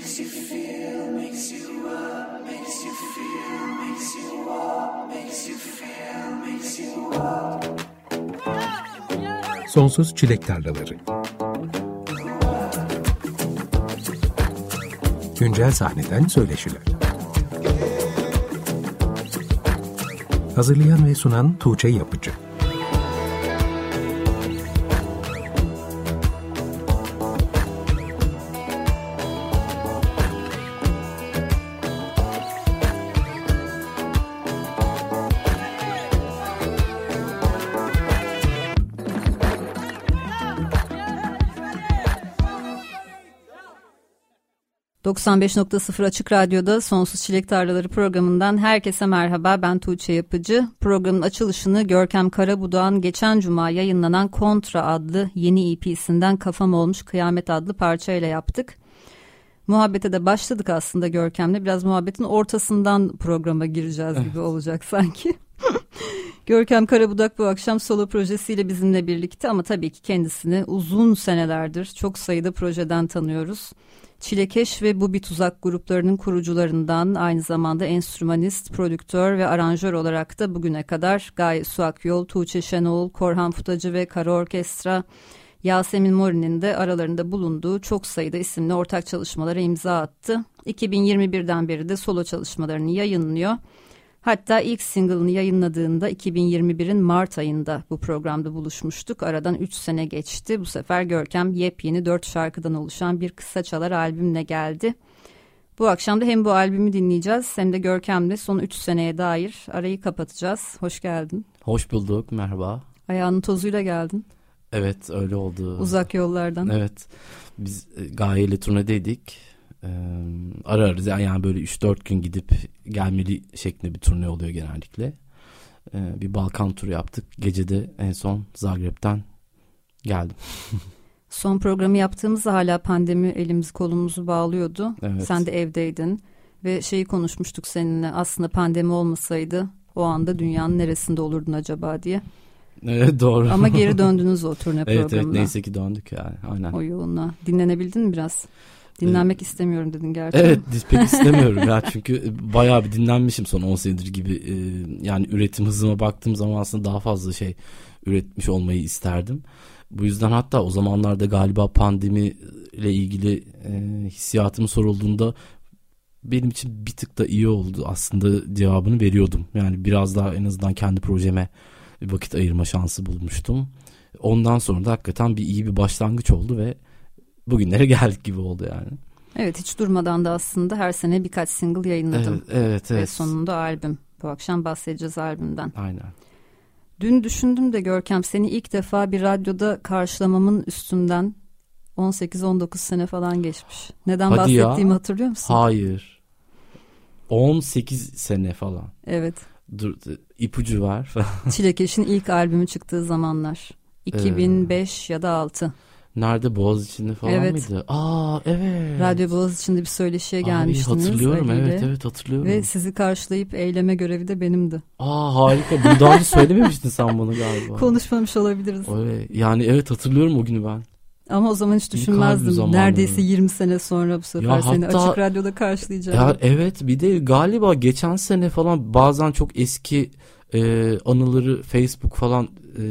makes you feel, makes you up, makes you feel, makes you walk, makes you feel, makes you walk. Sonsuz Çilek Tarlaları. Güncel sahneden söyleşiler. Hazırlayan ve sunan Tuğçe Yapıcı. ...95.0 Açık Radyo'da Sonsuz Çilek Tarlaları programından herkese merhaba. Ben Tuğçe Yapıcı. Programın açılışını Görkem Karabudak'ın geçen cuma yayınlanan Kontra adlı yeni EP'sinden Kafam Olmuş Kıyamet adlı parçayla yaptık. Muhabbete de başladık aslında Görkem'le. Biraz muhabbetin ortasından programa gireceğiz gibi olacak sanki. Görkem Karabudak bu akşam solo projesiyle bizimle birlikte ama tabii ki kendisini uzun senelerdir çok sayıda projeden tanıyoruz. Çilekeş ve Bu Bir Tuzak gruplarının kurucularından, aynı zamanda enstrümanist, prodüktör ve aranjör olarak da bugüne kadar Gaye Su Akyol, Tuğçe Şenoğlu, Korhan Futacı ve Kara Orkestra, Yasemin Mori'nin de aralarında bulunduğu çok sayıda isimli ortak çalışmalara imza attı. 2021'den beri de solo çalışmalarını yayınlıyor. Hatta ilk single'ını yayınladığında 2021'in Mart ayında bu programda buluşmuştuk. Aradan 3 sene geçti. Bu sefer Görkem yepyeni 4 şarkıdan oluşan bir kısa çalar albümle geldi. Bu akşam da hem bu albümü dinleyeceğiz hem de Görkem'le son 3 seneye dair arayı kapatacağız. Hoş geldin. Hoş bulduk, merhaba. Ayağının tozuyla geldin. Evet, öyle oldu. Uzak yollardan. Evet, biz Gaye ile turnedeydik. Ararız yani böyle 3-4 gün gidip gelmeli şeklinde bir turne oluyor genellikle. Bir Balkan turu yaptık. Gecede en son Zagreb'den geldim. Son programı yaptığımızda hala pandemi elimizi kolumuzu bağlıyordu. Evet. Sen de evdeydin ve şeyi konuşmuştuk seninle, aslında pandemi olmasaydı o anda dünyanın neresinde olurdun acaba diye. Evet, doğru. Ama geri döndünüz o turne evet, programına. Evet, neyse ki döndük yani, aynen. O yoğunluğa. Dinlenebildin mi biraz? Dinlenmek istemiyorum dedin gerçi. Evet, pek istemiyorum ya, çünkü bayağı bir dinlenmişim son 10 senedir gibi. Yani üretim hızıma baktığım zaman aslında daha fazla şey üretmiş olmayı isterdim. Bu yüzden hatta o zamanlarda galiba pandemi ile ilgili hissiyatım sorulduğunda benim için bir tık da iyi oldu aslında, cevabını veriyordum. Yani biraz daha en azından kendi projeme vakit ayırma şansı bulmuştum. Ondan sonra da hakikaten iyi bir başlangıç oldu ve bugünlere geldik gibi oldu yani. Evet, hiç durmadan da aslında her sene birkaç single yayınladım. Evet. Ve sonunda albüm. Bu akşam bahsedeceğiz albümden. Aynen. Dün düşündüm de Görkem, seni ilk defa bir radyoda karşılamamın üstünden 18-19 sene falan geçmiş. Neden Hadi bahsettiğimi ya. Hatırlıyor musun? Hayır. 18 sene falan. Evet. Dur, ipucu var. Çilekeş'in ilk albümü çıktığı zamanlar. 2005 ya da 6. Nerede, Boğaziçi'nde falan evet. mıydı? Evet. Radyo Boğaziçi'nde bir söyleşiye gelmiştiniz. Hatırlıyorum, Ali'yle. evet hatırlıyorum. Ve sizi karşılayıp eyleme görevi de benimdi. Harika. Bunu daha önce söylememiştin sen bana galiba. Konuşmamış olabiliriz. Evet. Yani evet, hatırlıyorum o günü ben. Ama o zaman hiç düşünmezdim. Neredeyse 20 sene sonra bu sefer seni Açık Radyo'da karşılayacağım. Ya evet, bir de galiba geçen sene falan bazen çok eski anıları Facebook falan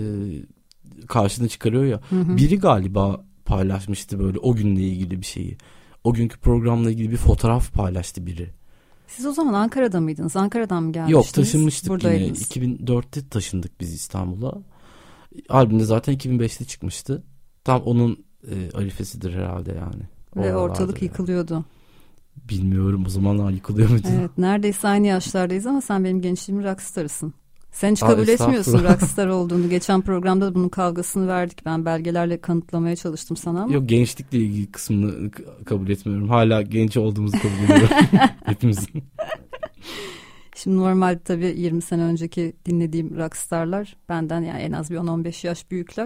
karşına çıkarıyor ya. Hı. Biri galiba paylaşmıştı böyle o günle ilgili bir şeyi. O günkü programla ilgili bir fotoğraf paylaştı biri. Siz o zaman Ankara'da mıydınız? Ankara'dan mı gelmiştiniz? Yok, taşınmıştık buradaydınız. Yine. 2004'te taşındık biz İstanbul'a. Albüm de zaten 2005'te çıkmıştı. Tam onun arifesidir herhalde yani. Ve ortalık yıkılıyordu. Yani. Bilmiyorum, o zamanlar yıkılıyor muydu? Evet, neredeyse aynı yaşlardayız ama sen benim gençliğimin rockstarısın. Sen hiç kabul etmiyorsun rockstar olduğunu. Geçen programda da bunun kavgasını verdik. Ben belgelerle kanıtlamaya çalıştım sana ama. Yok, gençlikle ilgili kısmını kabul etmiyorum. Hala genç olduğumuzu kabul ediyorum. Hepimizin. Şimdi normalde tabii 20 sene önceki dinlediğim rockstarlar benden yani en az bir 10-15 yaş büyükler.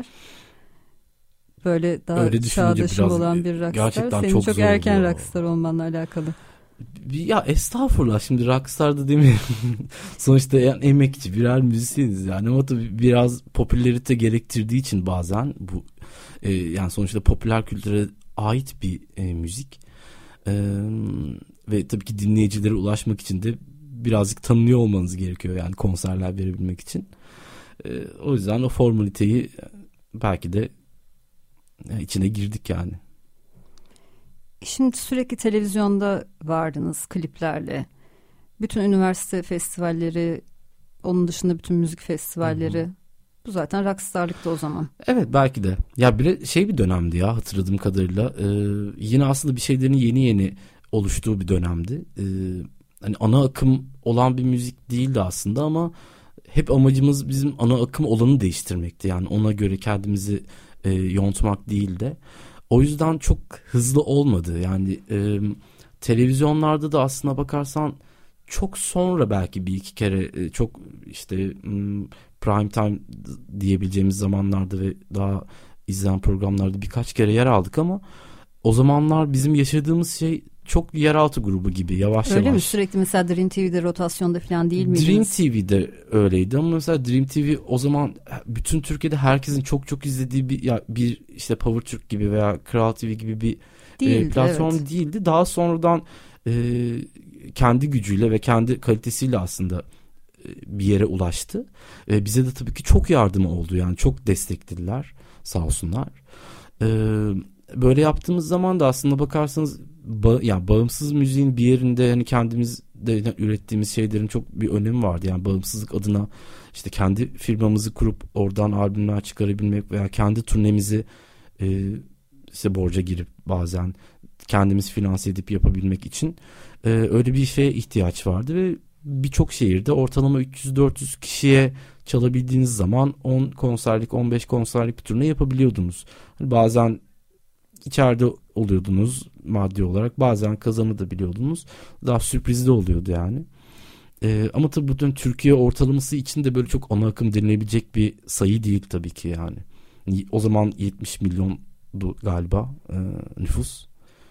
Böyle daha çağdaşım olan bir rockstar. Senin çok erken rockstar olmanla alakalı. Ya estağfurullah, şimdi rockstar da demiyorum. Sonuçta yani emekçi birer müzisyeniz yani, ama tabii biraz popülerite gerektirdiği için bazen bu yani sonuçta popüler kültüre ait bir müzik. Ve tabii ki dinleyicilere ulaşmak için de birazcık tanınıyor olmanız gerekiyor yani konserler verebilmek için. O yüzden o formaliteyi belki de içine girdik yani. Şimdi sürekli televizyonda vardınız kliplerle. Bütün üniversite festivalleri, onun dışında bütün müzik festivalleri. Hı-hı. Bu zaten rockstarlıktı o zaman. Evet, belki de. Ya bile bir dönemdi ya hatırladığım kadarıyla. Yine aslında bir şeylerin yeni oluştuğu bir dönemdi. Hani ana akım olan bir müzik değildi aslında ama hep amacımız bizim ana akım olanı değiştirmekti. Yani ona göre kendimizi yontmak değil de. O yüzden çok hızlı olmadı. Yani televizyonlarda da aslına bakarsan çok sonra belki bir iki kere çok işte prime time diyebileceğimiz zamanlarda ve daha izlenen programlarda birkaç kere yer aldık ama o zamanlar bizim yaşadığımız şey çok yeraltı grubu gibi yavaş Öyle yavaş. Öyle mi? Sürekli mesela Dream TV'de rotasyonda falan değil miydiniz? Dream TV'de öyleydi ama mesela Dream TV o zaman bütün Türkiye'de herkesin çok izlediği bir işte Power Türk gibi veya Kral TV gibi bir platform değildi. Daha sonradan kendi gücüyle ve kendi kalitesiyle aslında bir yere ulaştı. Bize de tabii ki çok yardımı oldu yani çok desteklediler sağ olsunlar. Böyle yaptığımız zaman da aslında bakarsanız yani bağımsız müziğin bir yerinde hani kendimizde ürettiğimiz şeylerin çok bir önemi vardı. Yani bağımsızlık adına işte kendi firmamızı kurup oradan albümler çıkarabilmek veya kendi turnemizi işte borca girip bazen kendimiz finanse edip yapabilmek için öyle bir şeye ihtiyaç vardı ve birçok şehirde ortalama 300-400 kişiye çalabildiğiniz zaman 10 konserlik 15 konserlik bir turne yapabiliyordunuz. Bazen içeride oluyordunuz maddi olarak, bazen kazanabiliyordunuz. Daha sürprizli oluyordu yani. Ama tabii bütün Türkiye ortalaması için de böyle çok ana akım denilebilecek bir sayı değil tabii ki yani. O zaman 70 milyondu galiba nüfus.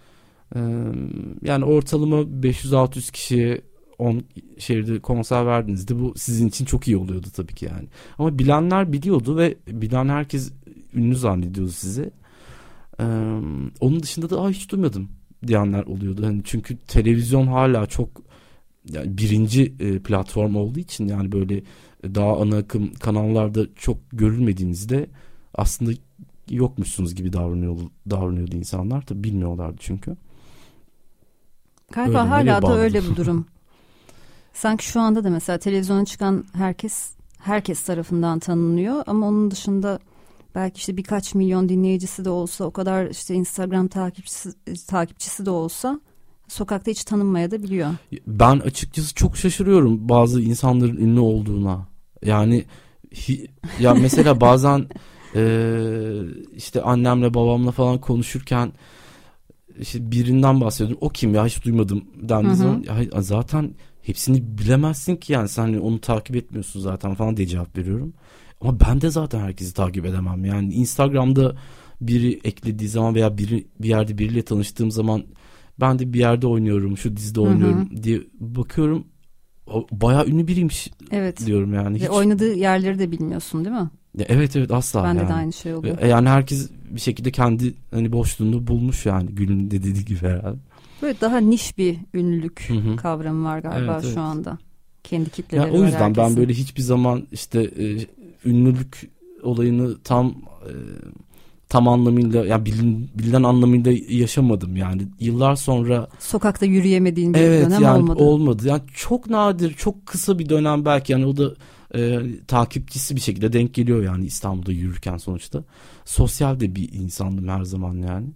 Yani ortalama 500-600 kişiye 10 şehirde konser verdiğinizde bu sizin için çok iyi oluyordu tabii ki yani. Ama bilenler biliyordu ve bilen herkes ünlü zannediyordu sizi. Onun dışında da hiç duymadım diyenler oluyordu. Yani çünkü televizyon hala çok yani birinci platform olduğu için yani böyle daha ana akım kanallarda çok görülmediğinizde aslında yokmuşsunuz gibi davranıyordu insanlar. Tabii bilmiyorlardı çünkü. Galiba öyle hala da öyle bu durum. Sanki şu anda da mesela televizyona çıkan herkes tarafından tanınıyor ama onun dışında belki işte birkaç milyon dinleyicisi de olsa, o kadar işte Instagram takipçisi de olsa sokakta hiç tanınmaya da biliyor. Ben açıkçası çok şaşırıyorum bazı insanların ünlü olduğuna. Yani ya mesela bazen işte annemle babamla falan konuşurken işte birinden bahsediyorum. O kim ya, hiç duymadım dendiği zaman ya zaten hepsini bilemezsin ki yani sen hani onu takip etmiyorsun zaten falan diye cevap veriyorum. Ama ben de zaten herkesi takip edemem. Yani Instagram'da biri eklediği zaman veya bir yerde biriyle tanıştığım zaman ben de bir yerde oynuyorum, şu dizide oynuyorum diye bakıyorum. Bayağı ünlü biriymiş diyorum yani. Ve oynadığı yerleri de bilmiyorsun değil mi? Ya evet asla. Bende yani. de aynı şey oluyor. Yani herkes bir şekilde kendi hani boşluğunu bulmuş yani, Gül'ün de dediği gibi herhalde. Böyle daha niş bir ünlülük kavramı var galiba şu anda. Kendi kitleleri yani o yüzden herkesin. Ben böyle hiçbir zaman işte ünlülük olayını tam anlamıyla yani bilinen anlamıyla yaşamadım yani. Yıllar sonra sokakta yürüyemediğin bir dönem yani olmadı. Yani çok nadir, çok kısa bir dönem belki yani, o da takipçisi bir şekilde denk geliyor yani İstanbul'da yürürken sonuçta. Sosyal de bir insandım her zaman yani.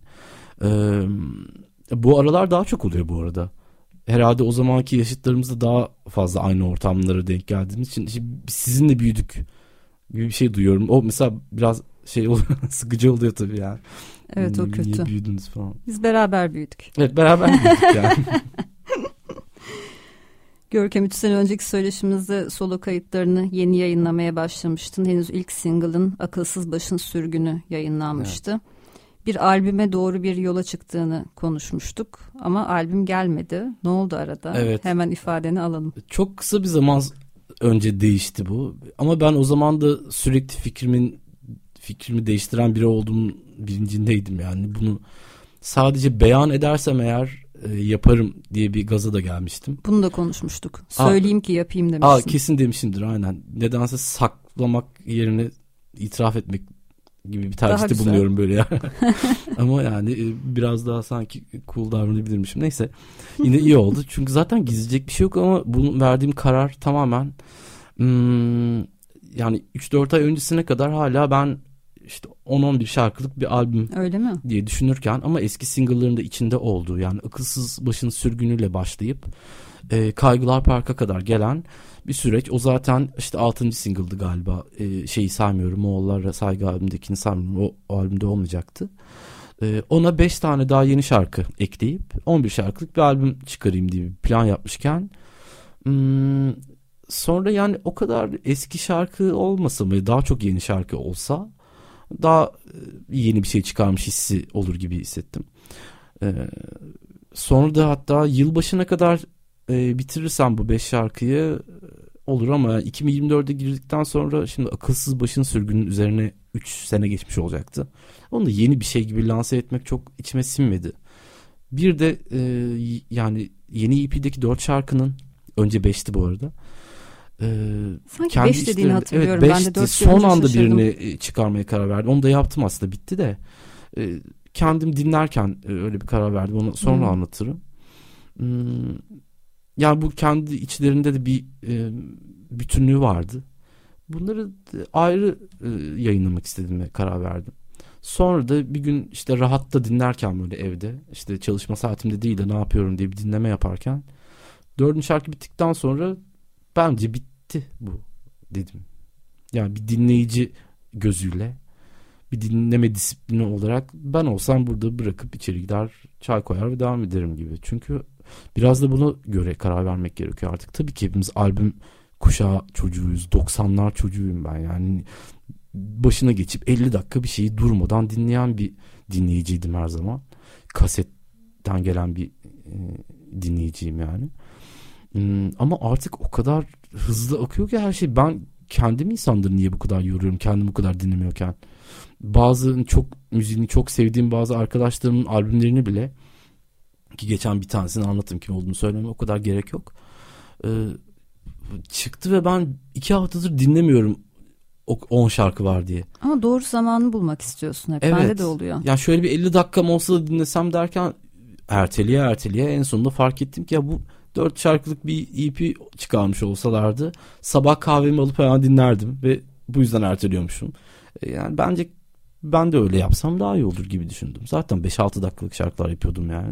Bu aralar daha çok oluyor bu arada. Herhalde o zamanki yaşıtlarımızda daha fazla aynı ortamlara denk geldiğimiz için sizinle büyüdük gibi bir şey duyuyorum. O mesela biraz sıkıcı oluyor tabii yani. Evet, o kötü. Niye büyüdünüz falan. Biz beraber büyüdük. Evet, beraber büyüdük yani. Görkem 3 sene önceki söyleşimizde solo kayıtlarını yeni yayınlamaya başlamıştın. Henüz ilk single'ın Akılsız Başın Sürgünü yayınlanmıştı. Evet. Bir albüme doğru bir yola çıktığını konuşmuştuk ama albüm gelmedi. Ne oldu arada? Evet. Hemen ifadeni alalım. Çok kısa bir zaman önce değişti bu. Ama ben o zaman da sürekli fikrimi değiştiren biri olduğum bilincindeydim yani. Bunu sadece beyan edersem eğer yaparım diye bir gaza da gelmiştim. Bunu da konuşmuştuk. Söyleyeyim ki yapayım demişsin. Kesin demişimdir aynen. Nedense saklamak yerine itiraf etmek gibi bir tercihte bulunuyorum böyle ya. Ama yani biraz daha sanki cool davranabilirmişim. Neyse yine iyi oldu. Çünkü zaten gizleyecek bir şey yok ama bunun verdiğim karar tamamen yani 3-4 ay öncesine kadar hala ben işte 10-11 şarkılık bir albüm öyle mi diye düşünürken ama eski single'ların da içinde olduğu yani Akılsız Başın Sürgünüyle başlayıp Kaygılar Park'a kadar gelen bir süreç. O zaten işte 6. single'dı galiba. Şeyi saymıyorum. Moğollar Saygı albümdekini saymıyorum. O albümde olmayacaktı. Ona 5 tane daha yeni şarkı ekleyip 11 şarkılık bir albüm çıkarayım diye bir plan yapmışken sonra yani o kadar eski şarkı olmasa mı, daha çok yeni şarkı olsa daha yeni bir şey çıkarmış hissi olur gibi hissettim. Sonra da hatta yılbaşına kadar bitirirsem bu 5 şarkıyı olur ama 2024'e girdikten sonra şimdi Akılsız Başın Sürgünün üzerine 3 sene geçmiş olacaktı. Onu da yeni bir şey gibi lanse etmek çok içime sinmedi. Bir de yani yeni EP'deki 4 şarkının önce 5'ti bu arada. Sanki 5 dediğini hatırlıyorum. Evet, ben de 4 son anda şaşırdım. birini çıkarmaya karar verdim. Onu da yaptım aslında, bitti de. Kendim dinlerken öyle bir karar verdim. Onu sonra anlatırım. Yani bu kendi içlerinde de bir bütünlüğü vardı. Bunları ayrı yayınlamak istediğime karar verdim. Sonra da bir gün işte rahatta dinlerken böyle evde işte çalışma saatimde değil de ne yapıyorum diye bir dinleme yaparken 4. şarkı bittikten sonra bence bitti bu dedim. Yani bir dinleyici gözüyle, bir dinleme disiplini olarak ben olsam burada bırakıp içeri gider çay koyar ve devam ederim gibi. Çünkü biraz da buna göre karar vermek gerekiyor artık. Tabii ki hepimiz albüm kuşağı çocuğuyuz. 90'lar çocuğuyum ben. Yani başına geçip 50 dakika bir şeyi durmadan dinleyen bir dinleyiciydim her zaman. Kasetten gelen bir dinleyiciyim yani. Ama artık o kadar hızlı akıyor ki her şey. Ben kendimi insanları niye bu kadar yoruyorum kendimi bu kadar dinlemiyorken. Bazı müziğini çok sevdiğim bazı arkadaşlarımın albümlerini bile, ki geçen bir tanesini anlatayım, kim olduğunu söylememe o kadar gerek yok. Çıktı ve ben 2 haftadır dinlemiyorum 10 şarkı var diye. Ama doğru zamanı bulmak istiyorsun hep. Evet. Bende de oluyor. Yani şöyle bir 50 dakikam olsa da dinlesem derken erteleye en sonunda fark ettim ki ya bu 4 şarkılık bir EP çıkarmış olsalardı sabah kahvemi alıp hemen dinlerdim ve bu yüzden erteliyormuşum. Yani bence ben de öyle yapsam daha iyi olur gibi düşündüm. Zaten 5-6 dakikalık şarkılar yapıyordum yani.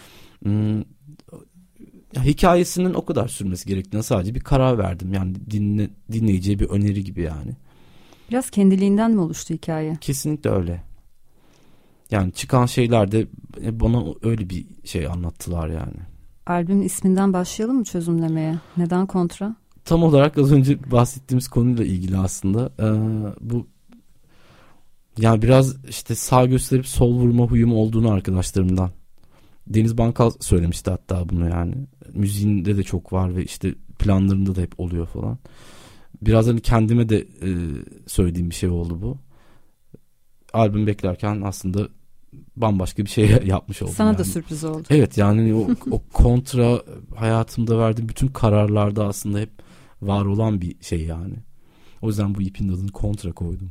Hikayesinin o kadar sürmesi gerektiğine sadece bir karar verdim. Yani dinleyiciye bir öneri gibi yani. Biraz kendiliğinden mi oluştu hikaye? Kesinlikle öyle. Yani çıkan şeyler de bana öyle bir şey anlattılar yani. Albümün isminden başlayalım mı çözümlemeye? Neden Kontra? Tam olarak az önce bahsettiğimiz konuyla ilgili aslında. Bu yani biraz işte sağ gösterip sol vurma huyum olduğunu arkadaşlarımdan. Deniz Bankal söylemişti hatta bunu yani. Müziğinde de çok var ve işte planlarında da hep oluyor falan. Biraz hani kendime de söylediğim bir şey oldu bu. Albüm beklerken aslında bambaşka bir şey yapmış oldum. Sana yani. da sürpriz oldu. Evet yani o kontra hayatımda verdiğim bütün kararlarda aslında hep var olan bir şey yani. O yüzden bu ipin adını Kontra koydum.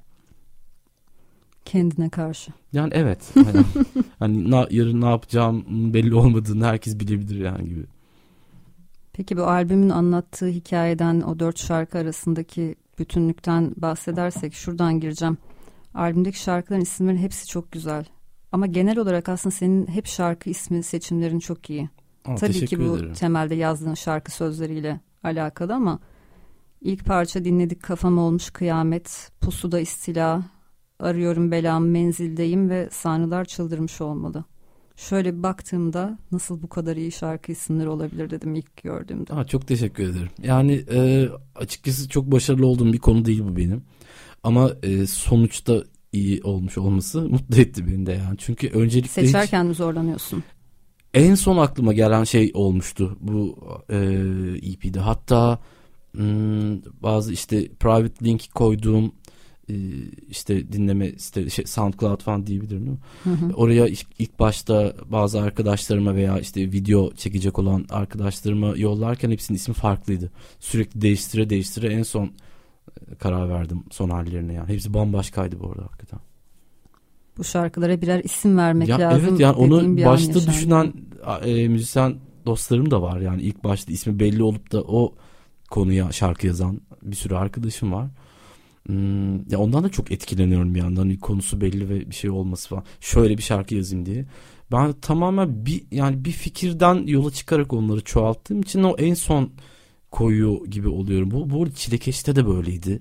Kendine karşı. Yani evet. Hani yarın ne yapacağım belli olmadığını herkes bilebilir yani gibi. Peki bu albümün anlattığı hikayeden, o 4 şarkı arasındaki bütünlükten bahsedersek şuradan gireceğim. Albümdeki şarkıların isimleri hepsi çok güzel. Ama genel olarak aslında senin hep şarkı ismi seçimlerin çok iyi. Tabii ki bu temelde yazdığın şarkı sözleriyle alakalı ama ilk parça dinledik, Kafam Olmuş Kıyamet, Pusuda İstila, Arıyorum Belamı, Menzildeyim ve Sanrılar Çıldırmış Olmalı. Şöyle bir baktığımda nasıl bu kadar iyi şarkı isimleri olabilir dedim ilk gördüğümde. Çok teşekkür ederim. Yani açıkçası çok başarılı olduğum bir konu değil bu benim. Ama sonuçta iyi olmuş olması mutlu etti beni de yani. Çünkü öncelikle seçerken mi zorlanıyorsun? En son aklıma gelen şey olmuştu bu EP'de. Hatta bazı işte private link koyduğum işte dinleme SoundCloud falan diyebilirim değil mi? Oraya ilk başta bazı arkadaşlarıma veya işte video çekecek olan arkadaşlarıma yollarken hepsinin ismi farklıydı. Sürekli değiştire en son karar verdim son hallerine yani. Hepsi bambaşkaydı bu arada hakikaten. Bu şarkılara birer isim vermek lazım. Evet yani onu başta düşünen müzisyen dostlarım da var. Yani ilk başta ismi belli olup da o konuya şarkı yazan bir sürü arkadaşım var. Ya ondan da çok etkileniyorum bir yandan. Hani konusu belli ve bir şey olması falan. Şöyle bir şarkı yazayım diye. Ben tamamen bir fikirden yola çıkarak onları çoğalttığım için o en son koyuyor gibi oluyorum. Bu Çilekeş'te de böyleydi.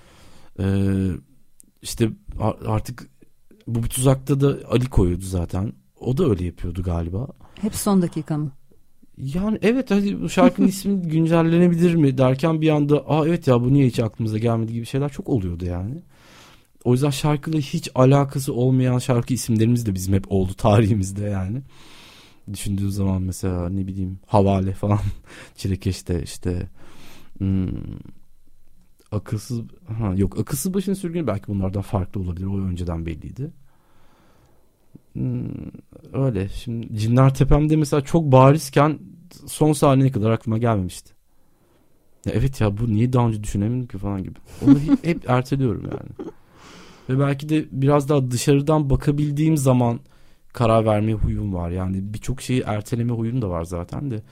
İşte artık bu bir tuzakta da Ali koyuyordu zaten. O da öyle yapıyordu galiba. Hep son dakika mı? Yani evet, hadi bu şarkının ismi güncellenebilir mi derken bir anda evet ya bu niye hiç aklımıza gelmedi gibi şeyler çok oluyordu yani. O yüzden şarkıyla hiç alakası olmayan şarkı isimlerimiz de bizim hep oldu tarihimizde yani. Düşündüğün zaman mesela ne bileyim Havale falan Çilekeş'te işte Akılsız Başın Sürgünü belki bunlardan farklı olabilir. O önceden belliydi. Öyle. Şimdi Cinler Tepem'de mesela çok barizken son sahneye kadar aklıma gelmemişti. Ya evet ya bu niye daha önce düşünemedim ki falan gibi. Onu hep erteliyorum yani. Ve belki de biraz daha dışarıdan bakabildiğim zaman karar verme huyum var. Yani birçok şeyi erteleme huyum da var zaten de.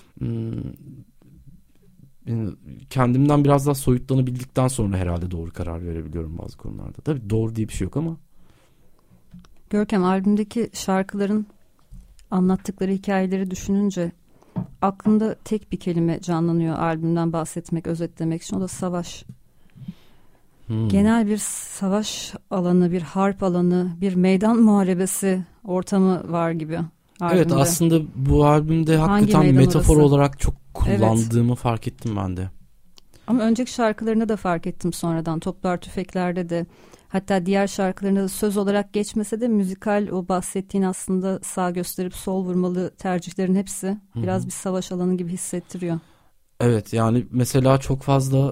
Kendimden biraz daha soyutlanabildikten sonra herhalde doğru karar verebiliyorum bazı konularda. Tabii doğru diye bir şey yok ama. Görkem, albümdeki şarkıların anlattıkları hikayeleri düşününce aklımda tek bir kelime canlanıyor albümden bahsetmek, özetlemek için. O da savaş. Genel bir savaş alanı, bir harp alanı, bir meydan muharebesi ortamı var gibi albümde. Evet, aslında bu albümde hakikaten metafor orası? Olarak çok kullandığımı fark ettim ben de. Ama önceki şarkılarını da fark ettim sonradan. Toplar Tüfekler'de de, hatta diğer şarkılarında da söz olarak geçmese de müzikal o bahsettiğin aslında sağ gösterip sol vurmalı tercihlerin hepsi biraz bir savaş alanı gibi hissettiriyor. Evet, yani mesela çok fazla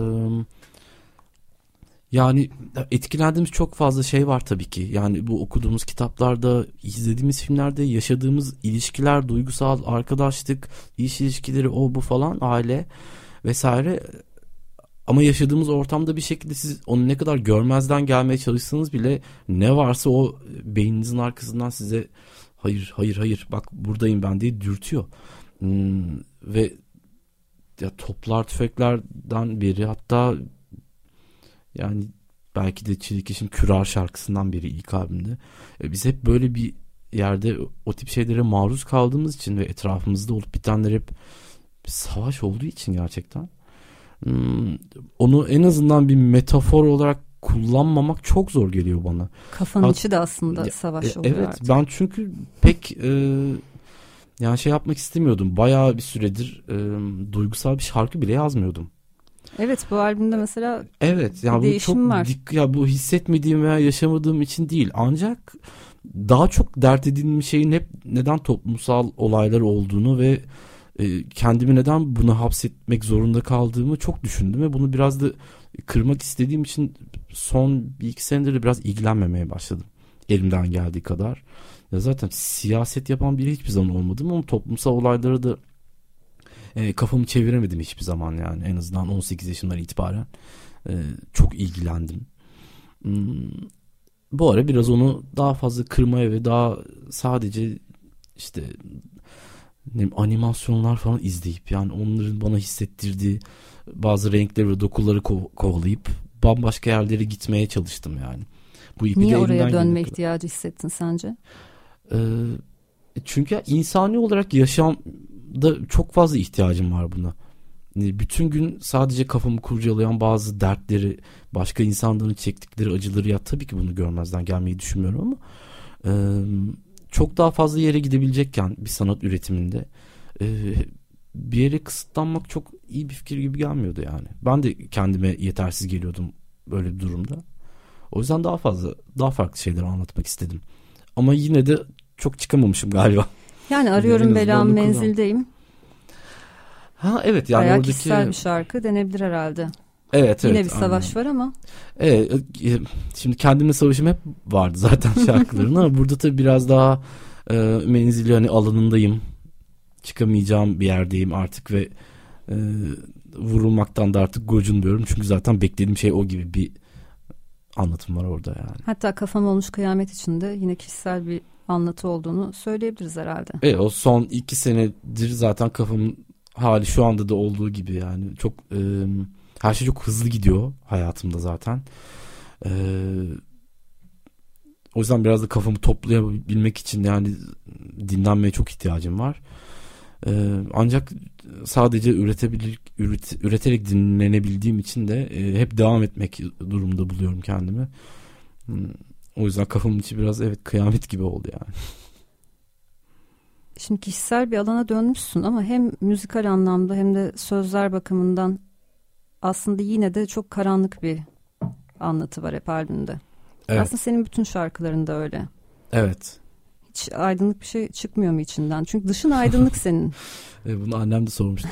yani etkilendiğimiz çok fazla şey var tabii ki. Yani bu okuduğumuz kitaplarda, izlediğimiz filmlerde yaşadığımız ilişkiler, duygusal arkadaşlık, iş ilişkileri, o bu falan, aile vesaire. Ama yaşadığımız ortamda bir şekilde siz onu ne kadar görmezden gelmeye çalışsanız bile ne varsa o beyninizin arkasından size hayır bak buradayım ben diye dürtüyor. Ve ya Toplar Tüfekler'den beri, hatta yani belki de Çilekeş'in Kürar şarkısından beri ilk albümde. Biz hep böyle bir yerde o tip şeylere maruz kaldığımız için ve etrafımızda olup bitenler hep savaş olduğu için gerçekten onu en azından bir metafor olarak kullanmamak çok zor geliyor bana. Kafanın içi de aslında savaş oluyor evet, artık. Ben çünkü pek yani şey yapmak istemiyordum. Bayağı bir süredir duygusal bir şarkı bile yazmıyordum. Evet, bu albümde mesela yani bir değişim var. Ya bu hissetmediğim veya yaşamadığım için değil. Ancak daha çok dert edindiğim şeyin hep neden toplumsal olaylar olduğunu ve kendimi neden buna hapsetmek zorunda kaldığımı çok düşündüm ve bunu biraz da kırmak istediğim için son 1-2 senedir de biraz ilgilenmemeye başladım. Elimden geldiği kadar. Ya zaten siyaset yapan biri hiçbir zaman olmadım ama toplumsal olaylara da kafamı çeviremedim hiçbir zaman yani. En azından 18 yaşından itibaren çok ilgilendim. Bu ara biraz onu daha fazla kırmaya ve daha sadece işte animasyonlar falan izleyip, yani onların bana hissettirdiği bazı renkleri ve dokuları kovalayıp bambaşka yerlere gitmeye çalıştım yani. Bu ipi niye oraya dönme ihtiyacı hissettin sence? Çünkü insani olarak yaşamda çok fazla ihtiyacım var buna. Bütün gün sadece kafamı kurcalayan bazı dertleri, başka insanların çektikleri acıları, ya tabii ki bunu görmezden gelmeyi düşünmüyorum ama çok daha fazla yere gidebilecekken bir sanat üretiminde bir yere kısıtlanmak çok iyi bir fikir gibi gelmiyordu yani. Ben de kendime yetersiz geliyordum böyle bir durumda. O yüzden daha farklı şeyler anlatmak istedim. Ama yine de çok çıkamamışım galiba. Yani arıyorum belamı menzildeyim. Evet, yani bayağı oradaki kişisel bir şarkı denebilir herhalde. Evet, Yine evet, bir savaş aynen. var ama. Evet, şimdi kendimle savaşım hep vardı zaten şarkıların ama burada tabii biraz daha menzili hani alanındayım. Çıkamayacağım bir yerdeyim artık ve vurulmaktan da artık gocunmuyorum. Çünkü zaten beklediğim şey o gibi bir anlatım var orada yani. Hatta Kafam Olmuş Kıyamet içinde yine kişisel bir anlatı olduğunu söyleyebiliriz herhalde. Evet, o son 2 senedir zaten kafamın hali şu anda da olduğu gibi yani. Çok her şey çok hızlı gidiyor hayatımda zaten. O yüzden biraz da kafamı toplayabilmek için yani dinlenmeye çok ihtiyacım var. Ancak sadece üreterek dinlenebildiğim için de hep devam etmek durumunda buluyorum kendimi. O yüzden kafamın içi biraz evet kıyamet gibi oldu yani. Şimdi kişisel bir alana dönmüşsün ama hem müzikal anlamda hem de sözler bakımından aslında yine de çok karanlık bir anlatı var hep albümde. Evet. Aslında senin bütün şarkılarında öyle. Evet. Hiç aydınlık bir şey çıkmıyor mu içinden? Çünkü dışın aydınlık senin. Bunu annem de sormuştu.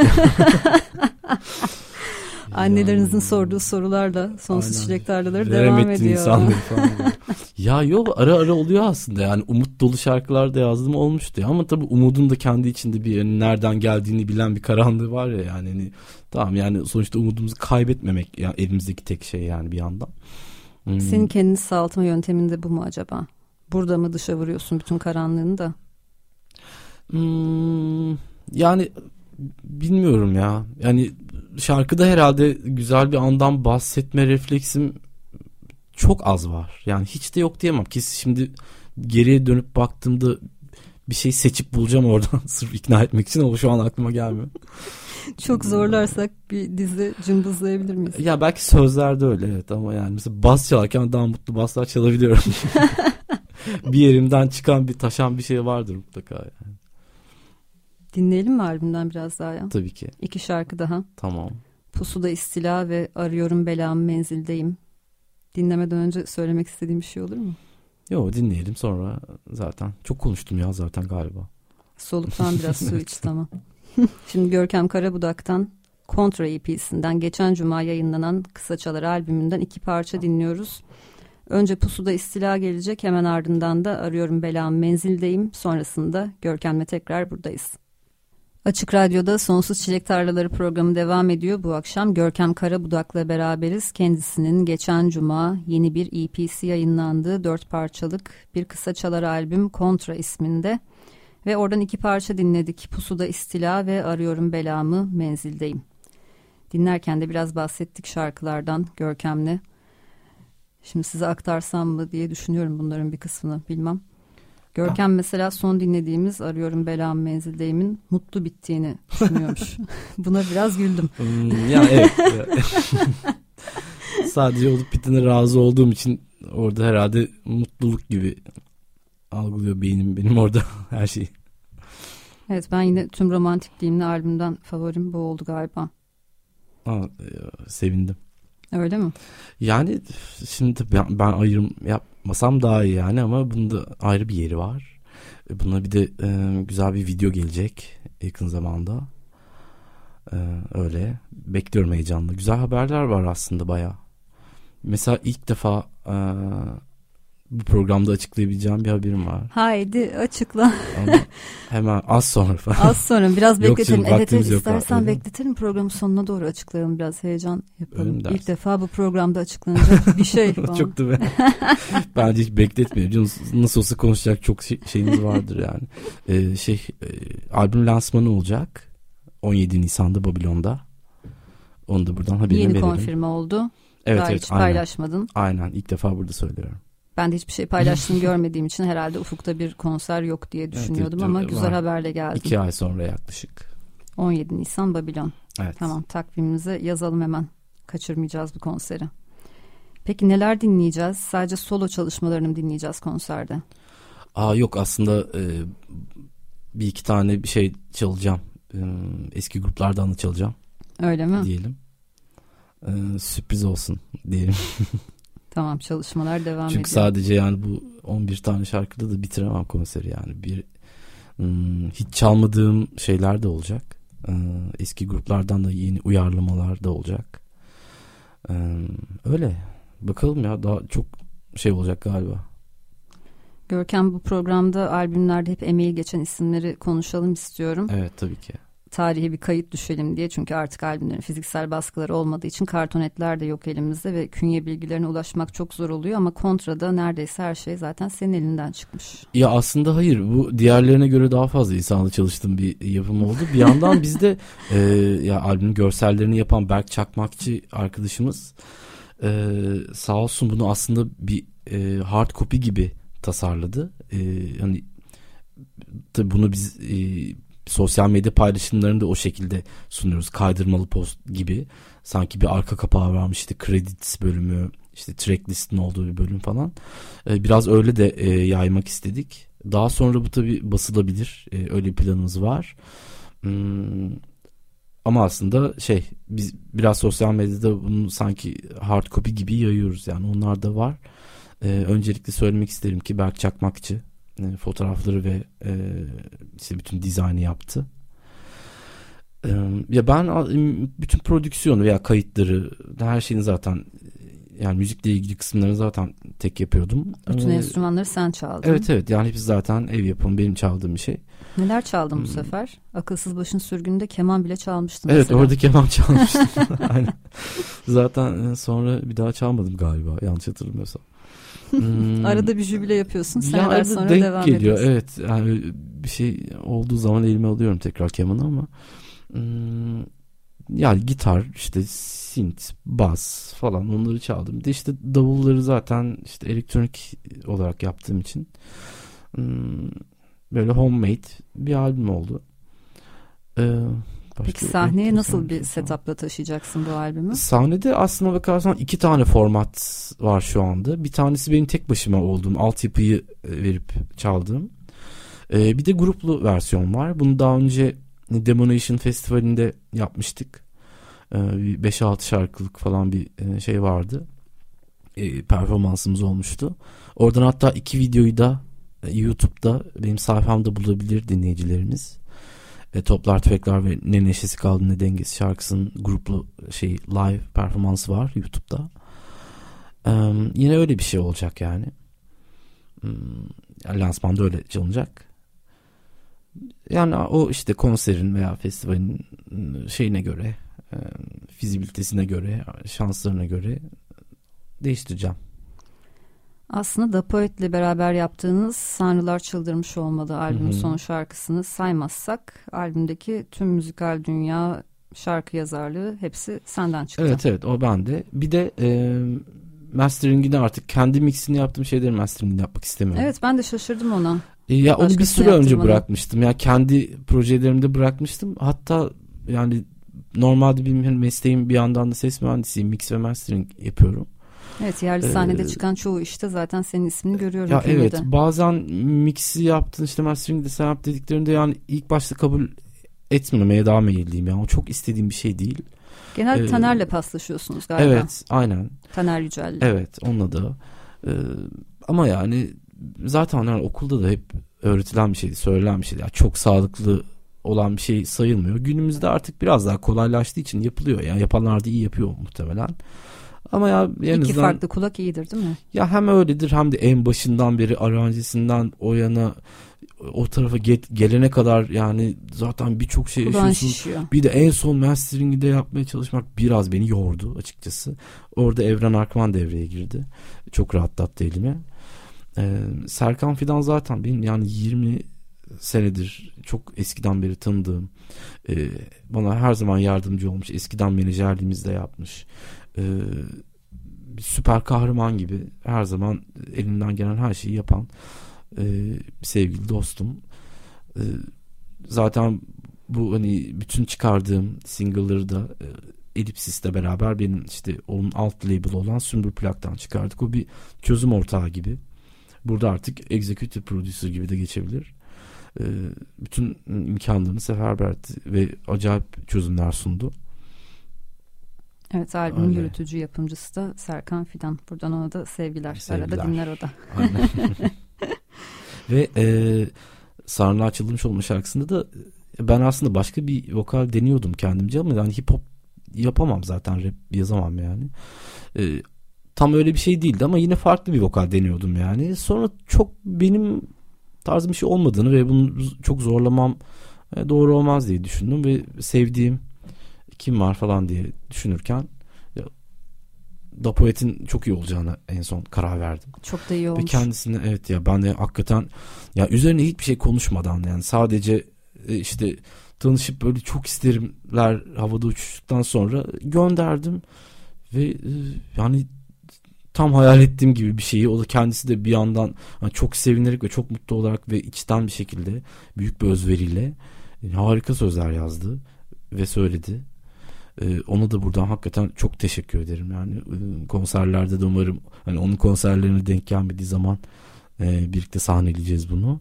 Annelerinizin sorduğu sorularla Sonsuz Aynen. Çilek Tarlaları Verem devam ettin ediyor. insanları falan. Ya yok, ara ara oluyor aslında yani umut dolu şarkılar da yazdım olmuştu ya. Ama tabii umudun da kendi içinde bir yani nereden geldiğini bilen bir karanlığı var ya yani hani, tamam yani sonuçta umudumuzu kaybetmemek yani elimizdeki tek şey yani bir yandan. Senin kendini sağaltma yöntemin de bu mu acaba? Burada mı dışa vuruyorsun bütün karanlığını da? Yani bilmiyorum ya. Yani şarkıda herhalde güzel bir andan bahsetme refleksim çok az var. Yani hiç de yok diyemem. Kesin şimdi geriye dönüp baktığımda bir şey seçip bulacağım oradan sırf ikna etmek için ama şu an aklıma gelmiyor. Çok zorlarsak bir dizi cımbızlayabilir miyiz? Ya belki sözlerde öyle evet ama yani mesela bas çalarken daha mutlu baslar çalabiliyorum. Bir yerimden çıkan bir taşan bir şey vardır mutlaka yani. Dinleyelim mi albümden biraz daha ya? Tabii ki. 2 şarkı daha. Tamam. Pusuda İstila ve Arıyorum Belamı Menzildeyim. Dinlemeden önce söylemek istediğim bir şey olur mu? Yo, dinleyelim sonra zaten. Çok konuştum ya zaten galiba. Soluktan biraz su iç tamam. Şimdi Görkem Karabudak'tan Kontra EP'sinden geçen cuma yayınlanan Kısaçalar albümünden 2 parça dinliyoruz. Önce Pusuda İstila gelecek, hemen ardından da Arıyorum Belamı Menzildeyim. Sonrasında Görkem'le tekrar buradayız. Açık Radyo'da Sonsuz Çilek Tarlaları programı devam ediyor. Bu akşam Görkem Karabudak'la beraberiz. Kendisinin geçen cuma yeni bir EP'si yayınlandığı 4 parçalık bir kısaçalar albüm Kontra isminde. Ve oradan 2 parça dinledik. Pusuda İstila ve Arıyorum Belamı Menzildeyim. Dinlerken de biraz bahsettik şarkılardan Görkem'le. Şimdi size aktarsam mı diye düşünüyorum bunların bir kısmını, bilmem. Görkem mesela son dinlediğimiz Arıyorum Belamı Menzildeyim'in mutlu bittiğini düşünüyormuş. Buna biraz güldüm. Ya evet. Sadece olup bittiğine razı olduğum için orada herhalde mutluluk gibi algılıyor beynim benim orada her şeyi. Evet, ben yine tüm romantikliğimle albümden favorim bu oldu galiba. Sevindim. Öyle mi? Yani şimdi ben ayrım yapmasam daha iyi yani ama bunda ayrı bir yeri var. Buna bir de güzel bir video gelecek yakın zamanda. Öyle bekliyorum heyecanla. Güzel haberler var aslında bayağı. Mesela ilk defa bu programda açıklayabileceğim bir haberim var. Haydi açıkla. Ama hemen az sonra falan. Az sonra biraz Yok bekletelim. canım, Evet vaktimiz yok. istersen Öyle mi? bekletelim, programın sonuna doğru açıklayalım, biraz heyecan yapalım. Öyle mi dersin? İlk defa bu programda açıklanacak bir şey falan. Çok da bence hiç bekletmeyelim. Nasıl olsa konuşacak çok şeyimiz vardır yani. Albüm lansmanı olacak 17 Nisan'da Babilon'da. Onu da buradan haberini Yeni verelim. konfirme oldu. Evet, Daha evet, hiç aynen. paylaşmadın. Aynen, ilk defa burada söylüyorum. Ben de hiçbir şey paylaştığını görmediğim için herhalde ufukta bir konser yok diye düşünüyordum evet, ama var. güzel haberle geldim. 2 ay sonra yaklaşık. 17 Nisan Babilon. Evet. Tamam, takvimimize yazalım hemen. Kaçırmayacağız bu konseri. Peki neler dinleyeceğiz? Sadece solo çalışmalarını mı dinleyeceğiz konserde? Yok aslında bir iki tane bir şey çalacağım. Eski gruplardan da çalacağım. Öyle mi? Diyelim. Sürpriz olsun diyelim. Tamam, çalışmalar devam ediyor. Çünkü sadece yani bu 11 tane şarkıda da bitiremem konseri yani. Hiç çalmadığım şeyler de olacak. Eski gruplardan da yeni uyarlamalar da olacak. Öyle. Bakalım ya, daha çok şey olacak galiba. Görkem, bu programda albümlerde hep emeği geçen isimleri konuşalım istiyorum. Evet, tabii ki. Tarihi bir kayıt düşelim diye, çünkü artık albümlerin fiziksel baskıları olmadığı için kartonetler de yok elimizde ve künye bilgilerine ulaşmak çok zor oluyor, ama Kontra'da neredeyse her şey zaten senin elinden çıkmış. Ya aslında hayır, bu diğerlerine göre daha fazla insanla çalıştığım bir yapım oldu. Bir yandan bizde ya albümün görsellerini yapan Berk Çakmakçı arkadaşımız sağ olsun bunu aslında bir hard copy gibi tasarladı. Hani tabii bunu biz sosyal medya paylaşımlarında o şekilde sunuyoruz. Kaydırmalı post gibi. Sanki bir arka kapağı varmış, işte credits bölümü, işte track list'in olduğu bir bölüm falan. Biraz öyle de yaymak istedik. Daha sonra bu tabii basılabilir. Öyle bir planımız var. Ama aslında biz biraz sosyal medyada bunu sanki hard copy gibi yayıyoruz. Yani onlar da var. Öncelikle söylemek isterim ki Berk Çakmakçı fotoğrafları ve işte bütün dizaynı yaptı. Ya ben bütün prodüksiyonu veya kayıtları, her şeyini zaten, yani müzikle ilgili kısımlarını zaten tek yapıyordum. Bütün enstrümanları sen çaldın. Evet, yani hepsi zaten ev yapımı, benim çaldığım bir şey. Neler çaldın bu sefer? Akılsız Başın Sürgünü'nde keman bile çalmıştın. Evet, mesela. orada keman çalmıştım. Aynen. Zaten sonra bir daha çalmadım galiba, yanlış hatırlamıyorsam. Arada bir jübile yapıyorsun, Ya seneler sonra denk devam geliyor, ediyorsun. evet. Yani bir şey olduğu zaman elime alıyorum tekrar kemanı, ama yani gitar, işte synth, bas falan, onları çaldım. Bir de işte davulları zaten işte elektronik olarak yaptığım için böyle homemade bir albüm oldu. Peki sahneye nasıl bir setupla taşıyacaksın bu albümü? Sahnede aslına bakarsan 2 tane format var şu anda. Bir tanesi benim tek başıma olduğum, altyapıyı verip çaldığım. Bir de gruplu versiyon var. Bunu daha önce Demonation Festivali'nde yapmıştık. 5-6 şarkılık falan bir şey vardı. Performansımız olmuştu. Oradan hatta 2 videoyu da YouTube'da benim sayfamda bulabilir dinleyicilerimiz. Toplar Tüfekler ve Ne Neşesi Kaldı Ne Dengesi şarkısının gruplu live performansı var YouTube'da. Yine öyle bir şey olacak yani. Lansmanda öyle çalınacak. Yani o işte konserin veya festivalin şeyine göre, fizibilitesine göre, şanslarına göre değiştireceğim. Aslında Da Poet'le beraber yaptığınız Sanrılar Çıldırmış Olmalı albümün son şarkısını saymazsak albümdeki tüm müzikal dünya, şarkı yazarlığı hepsi senden çıktı. Evet, o bende. Bir de masteringini, artık kendi mixini yaptığım şeylerin masteringini yapmak istemiyorum. Evet, ben de şaşırdım ona. Ya onu bir süre önce yaptırmanı bırakmıştım. Ya kendi projelerimde bırakmıştım. Hatta yani normalde benim mesleğim bir yandan da ses mühendisiyim. Mix ve mastering yapıyorum. Evet, yerli sahnede çıkan çoğu işte zaten senin ismini görüyorum. Ya filmde. evet, bazen mix'i yaptın, işte mastering'i de sen yap dediklerinde yani ilk başta kabul etmemeye daha meyilliyim. Yani o çok istediğim bir şey değil. Genelde Taner'le paslaşıyorsunuz galiba. Evet, aynen. Taner Yücel'le. Evet, onunla da. Ama yani zaten yani okulda da hep öğretilen bir şeydi, söylenen bir şeydi. Yani çok sağlıklı olan bir şey sayılmıyor. Günümüzde artık biraz daha kolaylaştığı için yapılıyor. Yani yapanlar da iyi yapıyor muhtemelen. Ama ya en İki azından, farklı kulak iyidir değil mi? ya hem öyledir hem de en başından beri aranjesinden o yana o tarafa gelene kadar yani zaten birçok şey Kulağın yaşıyorsun. şişiyor. Bir de en son mastering'i de yapmaya çalışmak biraz beni yordu açıkçası. Orada Evren Akman devreye girdi. Çok rahatlattı elimi. Serkan Fidan zaten benim yani 20 senedir çok eskiden beri tanıdığım, bana her zaman yardımcı olmuş, eskiden menajerliğimizde yapmış, bir süper kahraman gibi her zaman elinden gelen her şeyi yapan sevgili dostum. Zaten bu hani bütün çıkardığım single'ları da Ellipsis'le beraber benim işte onun alt label olan Sümbül Plak'tan çıkardık. O bir çözüm ortağı gibi. Burada artık executive producer gibi de geçebilir. Bütün imkanlarını seferber etti ve acayip çözümler sundu. Evet, albümün Öyle. yürütücü yapımcısı da Serkan Fidan. Buradan ona da sevgiler. Arada dinler o da. Aynen. Ve Sarnılar Çıldırmış Olma şarkısında da ben aslında başka bir vokal deniyordum kendimce ama yani hip hop yapamam zaten, rap yazamam yani. Tam öyle bir şey değildi ama yine farklı bir vokal deniyordum yani. Sonra çok benim tarzım bir şey olmadığını ve bunu çok zorlamam doğru olmaz diye düşündüm ve sevdiğim kim var falan diye düşünürken Da Poet'in çok iyi olacağına en son karar verdim. Çok da iyi olmuş. Ve kendisine evet ya ben de hakikaten ya üzerine hiçbir şey konuşmadan yani sadece işte tanışıp böyle çok isterimler havada uçuştuktan sonra gönderdim ve yani tam hayal ettiğim gibi bir şeyi, o da kendisi de bir yandan yani çok sevinerek ve çok mutlu olarak ve içten bir şekilde büyük bir özveriyle harika sözler yazdı ve söyledi. Ona da buradan hakikaten çok teşekkür ederim. Yani konserlerde de umarım hani onun konserlerine denk gelmediği zaman birlikte sahneleyeceğiz bunu.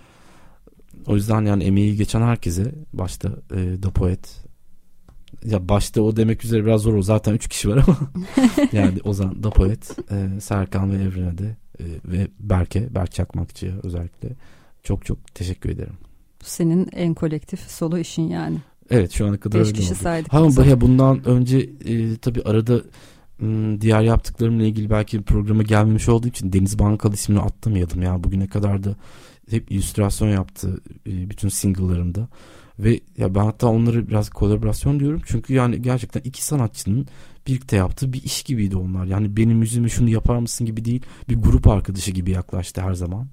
O yüzden yani emeği geçen herkese, başta Da Poet, ya başta o demek üzere biraz zor, o zaten 3 kişi var ama yani Ozan, Da Poet, Serkan ve Evren'e de ve Berk Çakmakçı'ya özellikle çok çok teşekkür ederim. Senin en kolektif solo işin yani. Evet, şu ana kadar 5 öyle kişi oldu. saydık. Bundan önce tabii arada diğer yaptıklarımla ilgili belki programa gelmemiş olduğu için Deniz Bankal ismini atlamayalım ya. Bugüne kadar da hep illüstrasyon yaptı bütün single'larımda. Ve ya ben hatta onları biraz kolaborasyon diyorum. Çünkü yani gerçekten iki sanatçının birlikte yaptığı bir iş gibiydi onlar. Yani benim yüzüme şunu yapar mısın gibi değil. Bir grup arkadaşı gibi yaklaştı her zaman.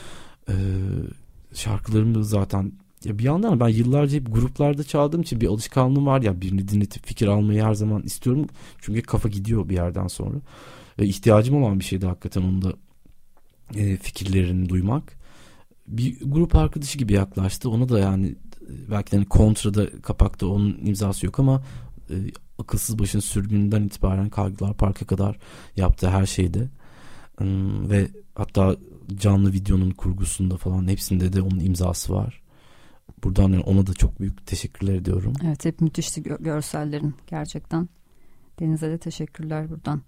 Şarkılarım da zaten ya bir yandan ben yıllarca hep gruplarda çaldığım için bir alışkanlığım var ya, birini dinletip fikir almayı her zaman istiyorum. Çünkü kafa gidiyor bir yerden sonra. İhtiyacım olan bir şeydi hakikaten onun da fikirlerini duymak. Bir grup arkadaşı gibi yaklaştı. Ona da yani belki de kontrada, kapakta onun imzası yok ama Akılsız Başın Sürgününden itibaren Kaygılar Park'a kadar yaptığı her şeyde ve hatta canlı videonun kurgusunda falan hepsinde de onun imzası var. Buradan yani ona da çok büyük teşekkürler ediyorum. Evet, hep müthişti görsellerin gerçekten. Deniz'e de teşekkürler buradan.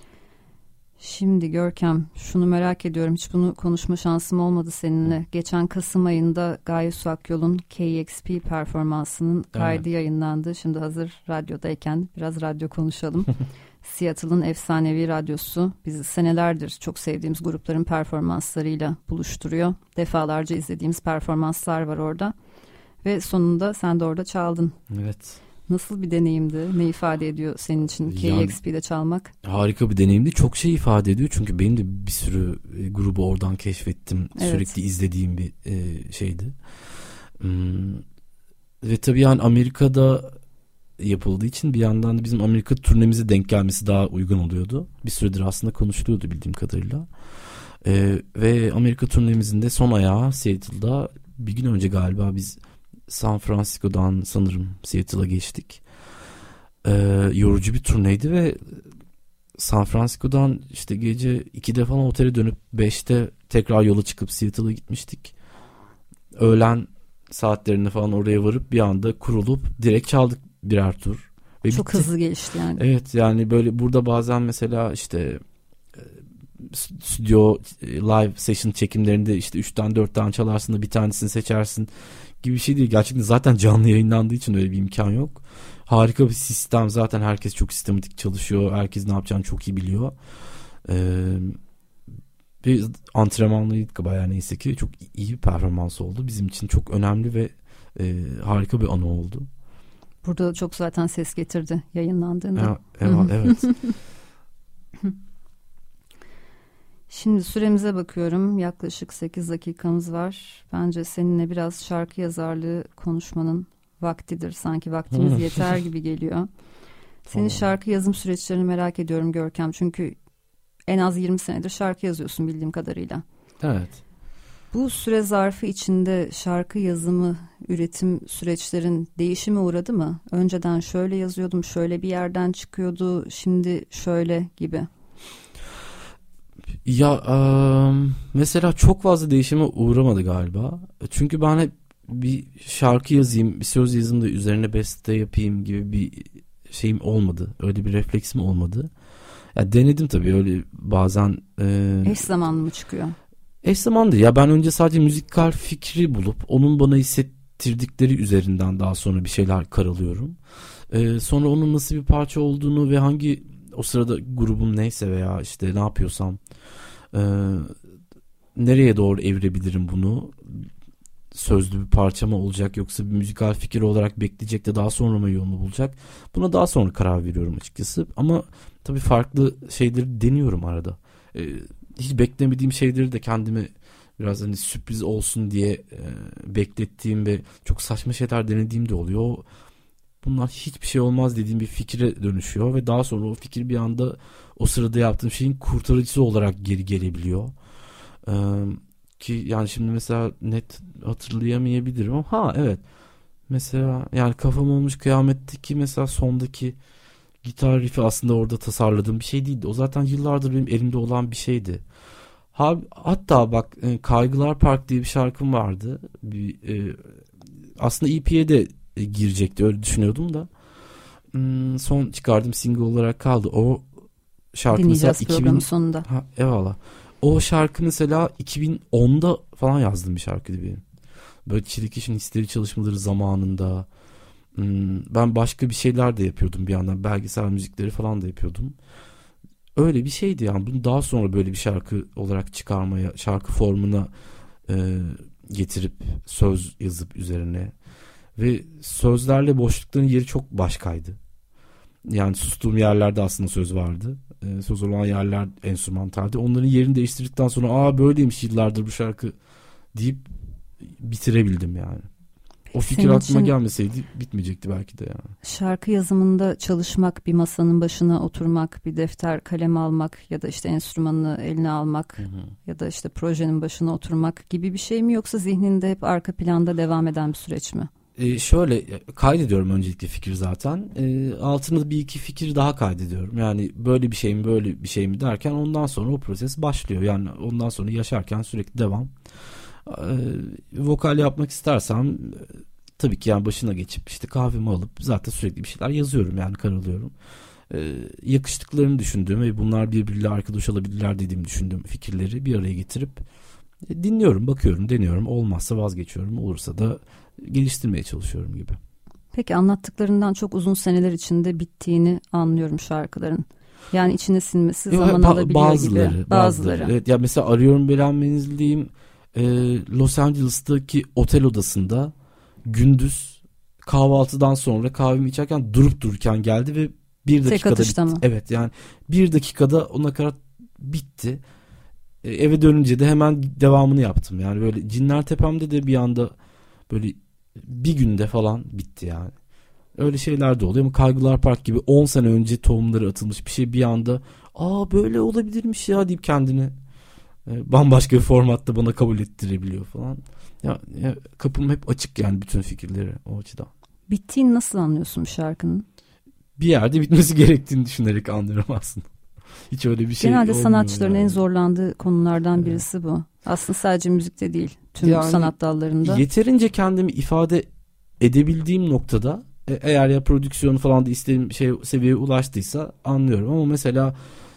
Şimdi Görkem, şunu merak ediyorum, hiç bunu konuşma şansım olmadı seninle. Geçen Kasım ayında Gaye Su Akyol'un KXP performansının kaydı yayınlandı. Şimdi hazır radyodayken biraz radyo konuşalım. Seattle'ın efsanevi radyosu bizi senelerdir çok sevdiğimiz grupların performanslarıyla buluşturuyor. Defalarca izlediğimiz performanslar var orada. Ve sonunda sen de orada çaldın. Evet. Nasıl bir deneyimdi? Ne ifade ediyor senin için KXP'de çalmak? Harika bir deneyimdi. Çok şey ifade ediyor. Çünkü benim de bir sürü grubu oradan keşfettim. Evet. Sürekli izlediğim bir şeydi. Ve tabii yani Amerika'da yapıldığı için bir yandan da bizim Amerika turnemize denk gelmesi daha uygun oluyordu. Bir süredir aslında konuşuluyordu bildiğim kadarıyla. Ve Amerika turnemizin de son ayağı Seattle'da, bir gün önce galiba biz San Francisco'dan sanırım Seattle'a geçtik. Yorucu bir turneydi ve San Francisco'dan işte gece 2'de falan otele dönüp 5'te tekrar yola çıkıp Seattle'a gitmiştik. Öğlen saatlerinde falan oraya varıp bir anda kurulup direkt çaldık birer tur. Ve çok bitti. Hızlı geçti yani. Evet, yani böyle burada bazen mesela işte stüdyo live session çekimlerinde işte 3'ten 4 tane çalarsın da bir tanesini seçersin gibi bir şey değil. Gerçekten zaten canlı yayınlandığı için öyle bir imkan yok. Harika bir sistem. Zaten herkes çok sistematik çalışıyor. Herkes ne yapacağını çok iyi biliyor. Bir antrenmanlıydık bayağı, neyse ki. Çok iyi bir performans oldu. Bizim için çok önemli ve harika bir anı oldu. Burada da çok zaten ses getirdi yayınlandığında. Evet. Şimdi süremize bakıyorum. Yaklaşık 8 dakikamız var. Bence seninle biraz şarkı yazarlığı konuşmanın vaktidir. Sanki vaktimiz yeter gibi geliyor. Senin şarkı yazım süreçlerini merak ediyorum Görkem. Çünkü en az 20 senedir şarkı yazıyorsun bildiğim kadarıyla. Evet. Bu süre zarfı içinde şarkı yazımı, üretim süreçlerin değişime uğradı mı? Önceden şöyle yazıyordum, şöyle bir yerden çıkıyordu, şimdi şöyle gibi. Ya mesela çok fazla değişime uğramadı galiba. Çünkü ben hep bir şarkı yazayım, bir söz yazayım da üzerine beste yapayım gibi bir şeyim olmadı. Öyle bir refleksim olmadı. Ya denedim tabii öyle bazen. Eş zamanlı mı çıkıyor? Eş zamanlı. Ya ben önce sadece müzikal fikri bulup onun bana hissettirdikleri üzerinden daha sonra bir şeyler karalıyorum. Sonra onun nasıl bir parça olduğunu ve hangi o sırada grubum neyse veya işte ne yapıyorsam nereye doğru evirebilirim bunu, sözlü bir parça mı olacak yoksa bir müzikal fikir olarak bekleyecek de daha sonra mı yolunu bulacak, buna daha sonra karar veriyorum açıkçası. Ama tabii farklı şeyleri deniyorum arada. Hiç beklemediğim şeyleri de kendime biraz hani sürpriz olsun diye beklettiğim ve çok saçma şeyler denediğim de oluyor. Bunlar hiçbir şey olmaz dediğim bir fikre dönüşüyor ve daha sonra o fikir bir anda o sırada yaptığım şeyin kurtarıcısı olarak geri gelebiliyor. Ki yani şimdi mesela net hatırlayamayabilirim ama evet, mesela yani Kafam Olmuş Kıyamet'teki mesela sondaki gitar riff'i aslında orada tasarladığım bir şey değildi. O zaten yıllardır benim elimde olan bir şeydi. Hatta bak, Kaygılar Park diye bir şarkım vardı. Aslında EP'ye de girecekti, öyle düşünüyordum da. Son çıkardığım single olarak kaldı. O şarkı dinleyeceğiz mesela programın sonunda. Eyvallah. O şarkı mesela 2010'da falan yazdığım bir şarkıydı benim. Böyle Çilikiş'in Histeri çalışmaları zamanında. Ben başka bir şeyler de yapıyordum bir yandan. Belgesel müzikleri falan da yapıyordum. Öyle bir şeydi yani. Bunu daha sonra böyle bir şarkı olarak çıkarmaya, şarkı formuna getirip söz yazıp üzerine. Ve sözlerle boşlukların yeri çok başkaydı. Yani sustuğum yerlerde aslında söz vardı. Söz olan yerler enstrümantaldi. Onların yerini değiştirdikten sonra böyleymiş yıllardır bu şarkı deyip bitirebildim yani. O fikir Senin aklıma için gelmeseydi bitmeyecekti belki de yani. şarkı yazımında çalışmak, bir masanın başına oturmak, bir defter kalem almak ya da işte enstrümanını eline almak ya da işte projenin başına oturmak gibi bir şey mi, yoksa zihninde hep arka planda devam eden bir süreç mi? Şöyle kaydediyorum öncelikle fikir zaten. Altına bir iki fikir daha kaydediyorum. Yani böyle bir şey mi, böyle bir şey mi derken ondan sonra o proses başlıyor. Yani ondan sonra yaşarken sürekli devam. Vokal yapmak istersem tabii ki yani başına geçip işte kahvemi alıp zaten sürekli bir şeyler yazıyorum, yani karalıyorum. Yakıştıklarını düşündüğüm ve bunlar birbiriyle arkadaş olabilirler dediğim düşündüğüm fikirleri bir araya getirip dinliyorum, bakıyorum, deniyorum. Olmazsa vazgeçiyorum, olursa da geliştirmeye çalışıyorum gibi. Peki, anlattıklarından çok uzun seneler içinde bittiğini anlıyorum şarkıların. Yani içine sinmesi zaman alabiliyor gibi. Bazıları. Evet, ya mesela Arıyorum Beren Menzil'deyim. Los Angeles'taki otel odasında gündüz kahvaltıdan sonra kahvemi içerken durup dururken geldi ve bir dakikada bitti. Mı? Evet, yani bir dakikada o nakarat bitti. Eve dönünce de hemen devamını yaptım. Yani böyle Cinler Tepem'de de bir anda böyle bir günde falan bitti yani. Öyle şeyler de oluyor ama Kaygılar Park gibi 10 sene önce tohumları atılmış bir şey bir anda böyle olabilirmiş ya deyip kendini bambaşka bir formatta bana kabul ettirebiliyor falan. Ya kapım hep açık yani bütün fikirleri o açıdan. Bittiğini nasıl anlıyorsun bir şarkının? Bir yerde bitmesi gerektiğini düşünerek anlıyorum aslında. Hiç öyle bir şey olmuyor. Genelde sanatçıların yani en zorlandığı konulardan birisi bu. Aslında sadece müzikte değil, tüm yani sanat dallarında. Yeterince kendimi ifade edebildiğim noktada eğer ya prodüksiyonu falan da istediğim seviyeye ulaştıysa anlıyorum. Ama mesela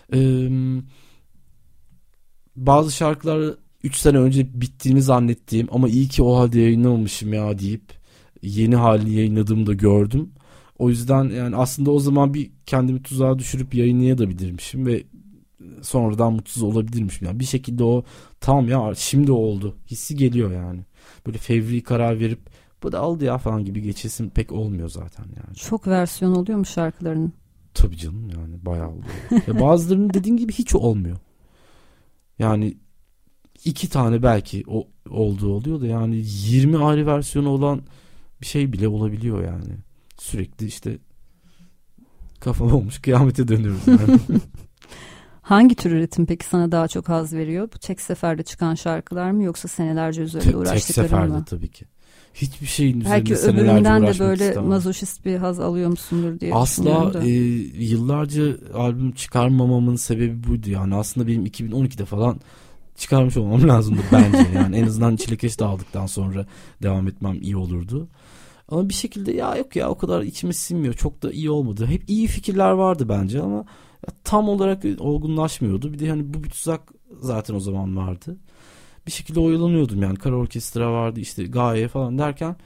bazı şarkılar 3 sene önce bittiğini zannettiğim ama iyi ki o halde yayınlamamışım ya deyip yeni halini yayınladığımı da gördüm. O yüzden yani aslında o zaman bir kendimi tuzağa düşürüp yayınlayabilirmişim ve sonradan mutsuz olabilirmişim. Yani bir şekilde o tamam ya şimdi oldu hissi geliyor yani. Böyle fevri karar verip bu da aldı ya falan gibi geçesim pek olmuyor zaten yani. Çok versiyon oluyor mu şarkıların? Tabii canım, yani bayağı oluyor. Ya bazılarının dediğin gibi hiç olmuyor. Yani 2 tane belki olduğu oluyor da yani 20 ayrı versiyonu olan bir şey bile olabiliyor yani. Sürekli işte Kafam Olmuş Kıyamete dönüyoruz yani. Hangi tür üretim peki sana daha çok haz veriyor? Bu tek seferde çıkan şarkılar mı, yoksa senelerce üzerinde uğraştıkları mı? Tek seferde tabii ki. Hiçbir şeyin üzerinde belki senelerce öbüründen uğraşmak de böyle istemem. mazoşist bir haz alıyor musundur diye Asla yıllarca albüm çıkarmamamın sebebi buydu. Yani aslında benim 2012'de falan çıkarmış olmam lazımdı bence. Yani en azından Çilekeş dağıldıktan sonra devam etmem iyi olurdu. Ama bir şekilde yok ya o kadar içime sinmiyor. Çok da iyi olmadı. Hep iyi fikirler vardı bence ama tam olarak olgunlaşmıyordu. Bir de hani bu bir tuzak zaten o zaman vardı. Bir şekilde oyalanıyordum yani. Kara orkestra vardı, işte Gaye falan derken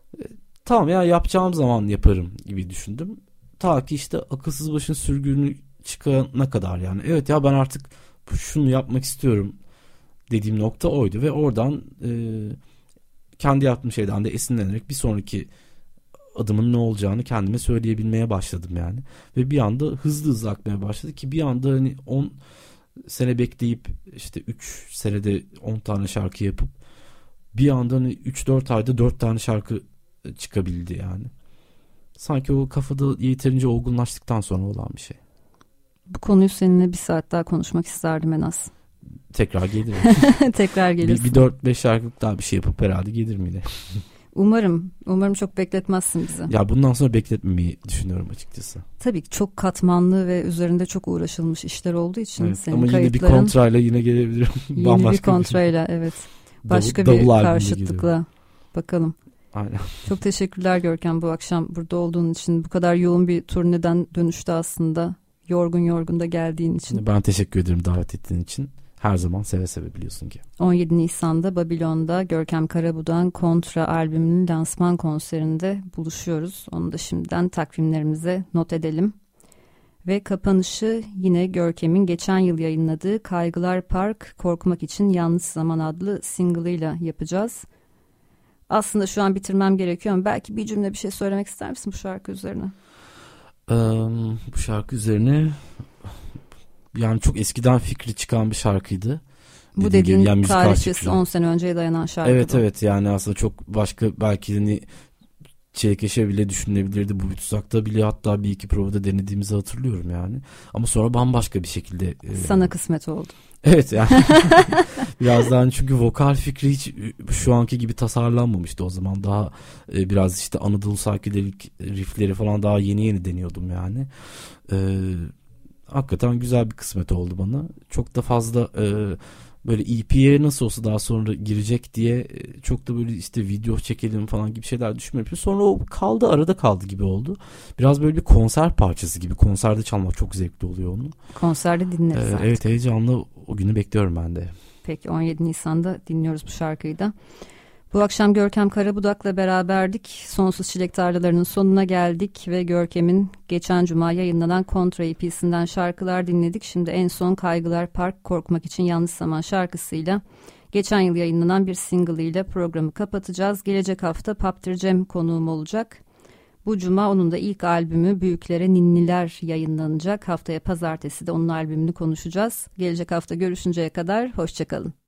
Tamam ya, yapacağım zaman yaparım gibi düşündüm. Ta ki işte Akılsız Baş'ın sürgünü çıkana kadar yani. Evet ya, ben artık şunu yapmak istiyorum dediğim nokta oydu ve oradan kendi yaptığım şeyden de esinlenerek bir sonraki adımın ne olacağını kendime söyleyebilmeye başladım yani. Ve bir anda hızlı akmaya başladı ki bir anda hani 10 sene bekleyip işte 3 senede 10 tane şarkı yapıp bir anda hani 3-4 ayda 4 tane şarkı çıkabildi yani. Sanki o kafada yeterince olgunlaştıktan sonra olan bir şey. Bu konuyu seninle bir saat daha konuşmak isterdim en az. Tekrar gelirim. Tekrar gelirsin. Bir 4-5 şarkılık daha bir şey yapıp herhalde gelirim yine. Umarım çok bekletmezsin bizi. Ya bundan sonra bekletmemeyi düşünüyorum açıkçası. Tabii ki çok katmanlı ve üzerinde çok uğraşılmış işler olduğu için Evet, senin ama kayıtların. yine bir kontrayla yine gelebilirim. Yeni bir kontrayla evet. Başka bir karşıtlıkla. Bakalım. Aynen. Çok teşekkürler Görkem, bu akşam burada olduğun için. Bu kadar yoğun bir turneden dönüşte aslında. Yorgun da geldiğin için. Ben teşekkür ederim davet ettiğin için. Her zaman seve seve, biliyorsun ki. 17 Nisan'da Babilon'da Görkem Karabudak'ın Kontra albümünün lansman konserinde buluşuyoruz. Onu da şimdiden takvimlerimize not edelim. Ve kapanışı yine Görkem'in geçen yıl yayınladığı Kaygılar Park, Korkmak İçin Yanlış Zaman adlı single'ıyla yapacağız. Aslında şu an bitirmem gerekiyor ama belki bir cümle bir şey söylemek ister misin bu şarkı üzerine? Bu şarkı üzerine yani çok eskiden fikri çıkan bir şarkıydı. Bu dediğin yani tarihçesi 10 sene önceye dayanan şarkı. Evet yani aslında çok başka, belki hani Çelekeşe bile düşünülebilirdi. Bu tuzakta bile hatta bir iki provada denediğimizi hatırlıyorum yani. Ama sonra bambaşka bir şekilde. Sana kısmet oldu. Evet yani. Biraz daha çünkü vokal fikri hiç şu anki gibi tasarlanmamıştı o zaman. Daha biraz işte Anadolu psychedelic riffleri falan daha yeni deniyordum yani. Hakikaten güzel bir kısmet oldu bana. Çok da fazla böyle EP'ye nasıl olsa daha sonra girecek diye çok da böyle işte video çekelim falan gibi şeyler düşünmüyorum. Sonra o arada kaldı gibi oldu. Biraz böyle bir konser parçası gibi. Konserde çalmak çok zevkli oluyor onu. Konserde dinleriz artık. Evet, heyecanla o günü bekliyorum ben de. Peki 17 Nisan'da dinliyoruz bu şarkıyı da. Bu akşam Görkem Karabudak'la beraberdik. Sonsuz Çilek Tarlaları'nın sonuna geldik ve Görkem'in geçen cuma yayınlanan Kontra EP'sinden şarkılar dinledik. Şimdi en son Kaygılar Park, Korkmak İçin Yanlış Zaman şarkısıyla geçen yıl yayınlanan bir single ile programı kapatacağız. Gelecek hafta Paptır Cem konuğum olacak. Bu cuma onun da ilk albümü Büyüklere Ninniler yayınlanacak. Haftaya pazartesi de onun albümünü konuşacağız. Gelecek hafta görüşünceye kadar hoşça kalın.